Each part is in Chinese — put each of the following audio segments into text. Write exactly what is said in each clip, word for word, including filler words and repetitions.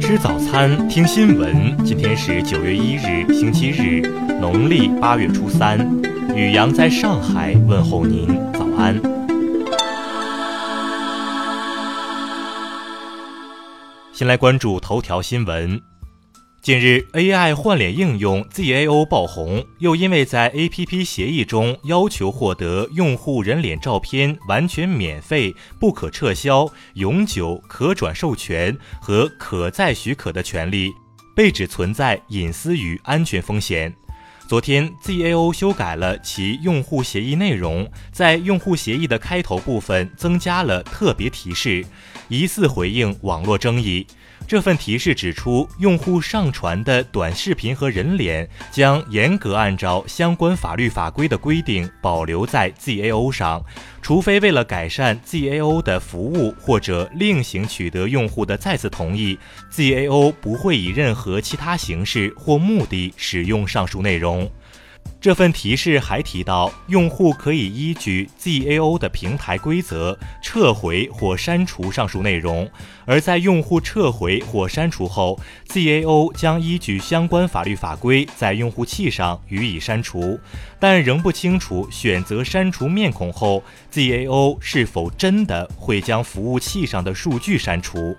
吃早餐，听新闻。今天是九月一日，星期日，农历八月初三。宇阳在上海问候您，早安。先来关注头条新闻。近日 A I 换脸应用 Z A O 爆红，又因为在 A P P 协议中要求获得用户人脸照片完全免费、不可撤销、永久、可转授权和可再许可的权利，被指存在隐私与安全风险。昨天 Z A O 修改了其用户协议内容，在用户协议的开头部分增加了特别提示，疑似回应网络争议。这份提示指出，用户上传的短视频和人脸将严格按照相关法律法规的规定保留在 Z A O 上，除非为了改善 Z A O 的服务或者另行取得用户的再次同意， Z A O 不会以任何其他形式或目的使用上述内容。这份提示还提到，用户可以依据 Z A O 的平台规则撤回或删除上述内容，而在用户撤回或删除后， Z A O 将依据相关法律法规在用户器上予以删除，但仍不清楚选择删除面孔后 Z A O 是否真的会将服务器上的数据删除。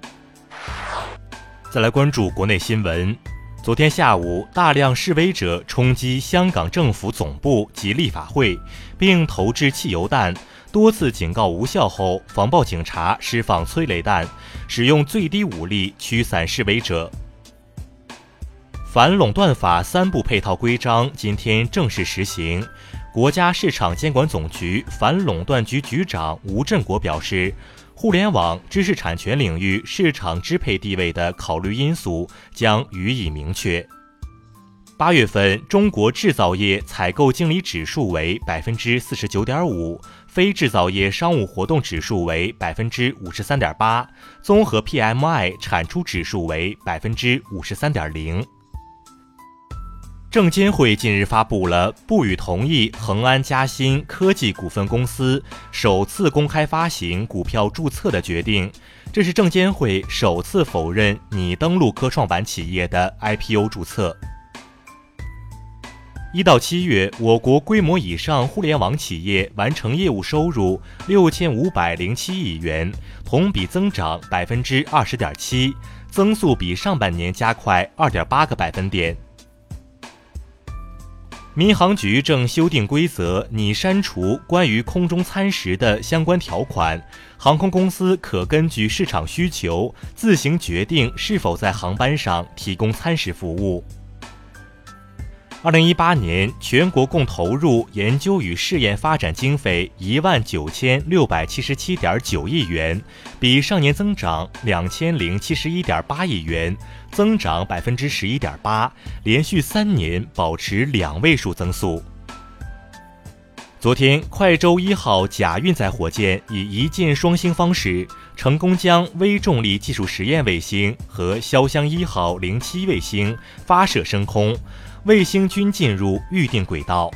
再来关注国内新闻。昨天下午，大量示威者冲击香港政府总部及立法会，并投掷汽油弹，多次警告无效后，防暴警察释放催泪弹，使用最低武力驱散示威者。反垄断法三部配套规章今天正式实行。国家市场监管总局反垄断局局长吴振国表示，互联网知识产权领域市场支配地位的考虑因素将予以明确。八月份，中国制造业采购经理指数为 百分之四十九点五， 非制造业商务活动指数为 百分之五十三点八， 综合 P M I 产出指数为 百分之五十三点零。证监会近日发布了不予同意恒安嘉新科技股份公司首次公开发行股票注册的决定，这是证监会首次否认拟登陆科创板企业的 I P O 注册。一到七月，我国规模以上互联网企业完成业务收入六千五百零七亿元，同比增长 百分之二十点七， 增速比上半年加快 二点八个百分点。民航局正修订规则，拟删除关于空中餐食的相关条款，航空公司可根据市场需求自行决定是否在航班上提供餐食服务。二零一八年，全国共投入研究与试验发展经费一万九千六百七十七点九亿元，比上年增长两千零七十一点八亿元，增长百分之十一点八，连续三年保持两位数增速。昨天，快舟一号甲运载火箭以一箭双星方式成功将微重力技术实验卫星和潇湘一号零七卫星发射升空，卫星均进入预定轨道。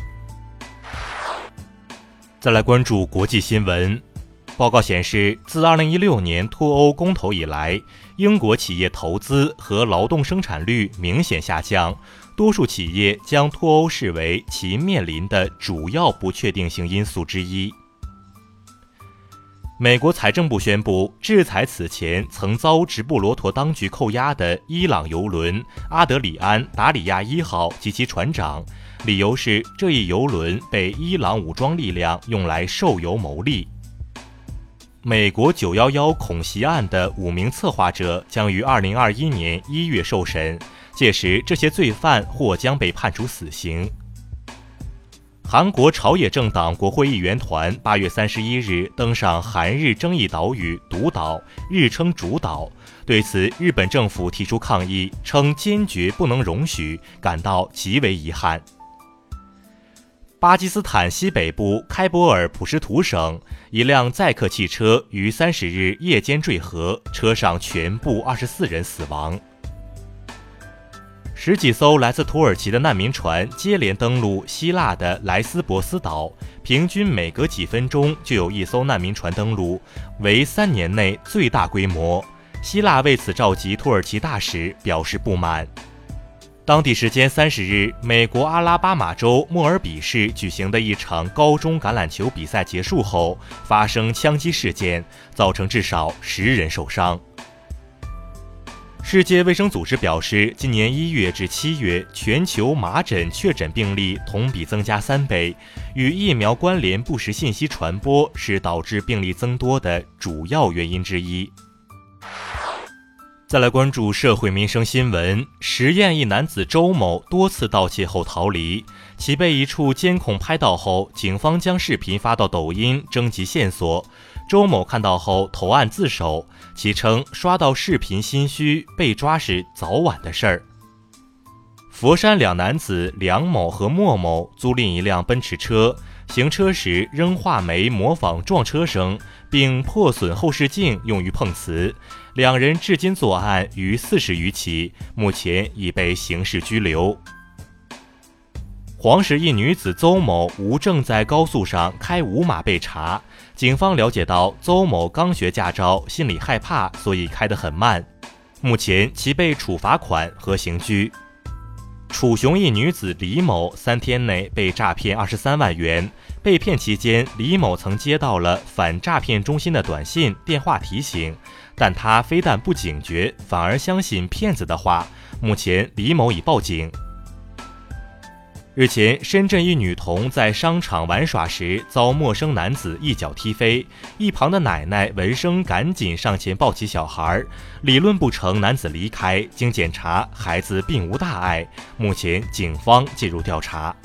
再来关注国际新闻。报告显示，自二零一六年脱欧公投以来，英国企业投资和劳动生产率明显下降，多数企业将脱欧视为其面临的主要不确定性因素之一。美国财政部宣布制裁此前曾遭直布罗陀当局扣押的伊朗油轮阿德里安·达里亚一号及其船长，理由是这一油轮被伊朗武装力量用来售油牟利。美国九一一恐袭案的五名策划者将于二零二一年一月受审，届时这些罪犯或将被判处死刑。韩国朝野政党国会议员团八月三十一日登上韩日争议岛屿独岛，日称主岛。对此，日本政府提出抗议，称坚决不能容许，感到极为遗憾。巴基斯坦西北部开伯尔普什图省，一辆载客汽车于三十日夜间坠河，车上全部二十四人死亡。十几艘来自土耳其的难民船接连登陆希腊的莱斯博斯岛，平均每隔几分钟就有一艘难民船登陆，为三年内最大规模。 希腊为此召集土耳其大使表示不满。当地时间三十日，美国阿拉巴马州莫尔比市举行的一场高中橄榄球比赛结束后，发生枪击事件，造成至少十人受伤。世界卫生组织表示，今年一月至七月，全球麻疹确诊病例同比增加三倍，与疫苗关联不实信息传播是导致病例增多的主要原因之一。再来关注社会民生新闻，十堰一男子周某多次盗窃后逃离，其被一处监控拍到后，警方将视频发到抖音征集线索。周某看到后投案自首，其称刷到视频心虚，被抓是早晚的事儿。佛山两男子梁某和莫某租赁一辆奔驰车，行车时扔话梅模仿撞车声，并破损后视镜用于碰瓷。两人至今作案逾四十余起，目前已被刑事拘留。黄石一女子邹某无证在高速上开五码被查，警方了解到邹某刚学驾照，心里害怕，所以开得很慢。目前其被处罚款和刑拘。楚雄一女子李某三天内被诈骗二十三万元，被骗期间，李某曾接到了反诈骗中心的短信、电话提醒，但他非但不警觉，反而相信骗子的话。目前李某已报警。日前，深圳一女童在商场玩耍时遭陌生男子一脚踢飞，一旁的奶奶闻声赶紧上前抱起小孩，理论不成，男子离开。经检查，孩子并无大碍，目前警方介入调查。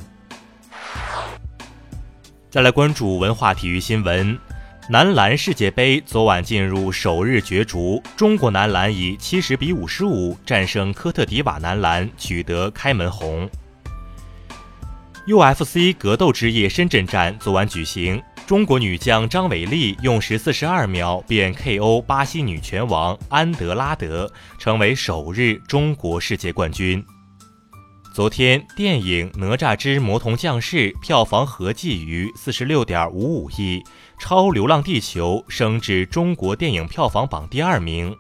再来关注文化体育新闻，男篮世界杯昨晚进入首日角逐，中国男篮以七十比五十五战胜科特迪瓦男篮，取得开门红。U F C 格斗之夜深圳站昨晚举行，中国女将张伟丽用时四十二秒便 K O 巴西女拳王安德拉德，成为首日中国世界冠军。昨天，电影《哪吒之魔童降世》票房合计逾 四十六点五五亿，超《流浪地球》，升至中国电影票房榜第二名。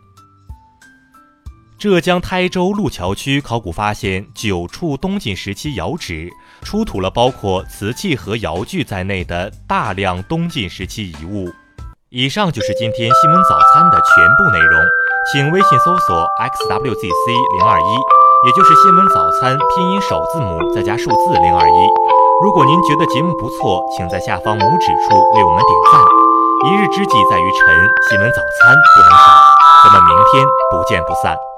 浙江台州路桥区考古发现九处东晋时期窑址，出土了包括瓷器和窑具在内的大量东晋时期遗物。以上就是今天新闻早餐的全部内容，请微信搜索 X W Z C 零二一，也就是新闻早餐拼音首字母再加数字零二一。如果您觉得节目不错，请在下方拇指处为我们点赞。一日之计在于晨，新闻早餐不能少，咱们明天不见不散。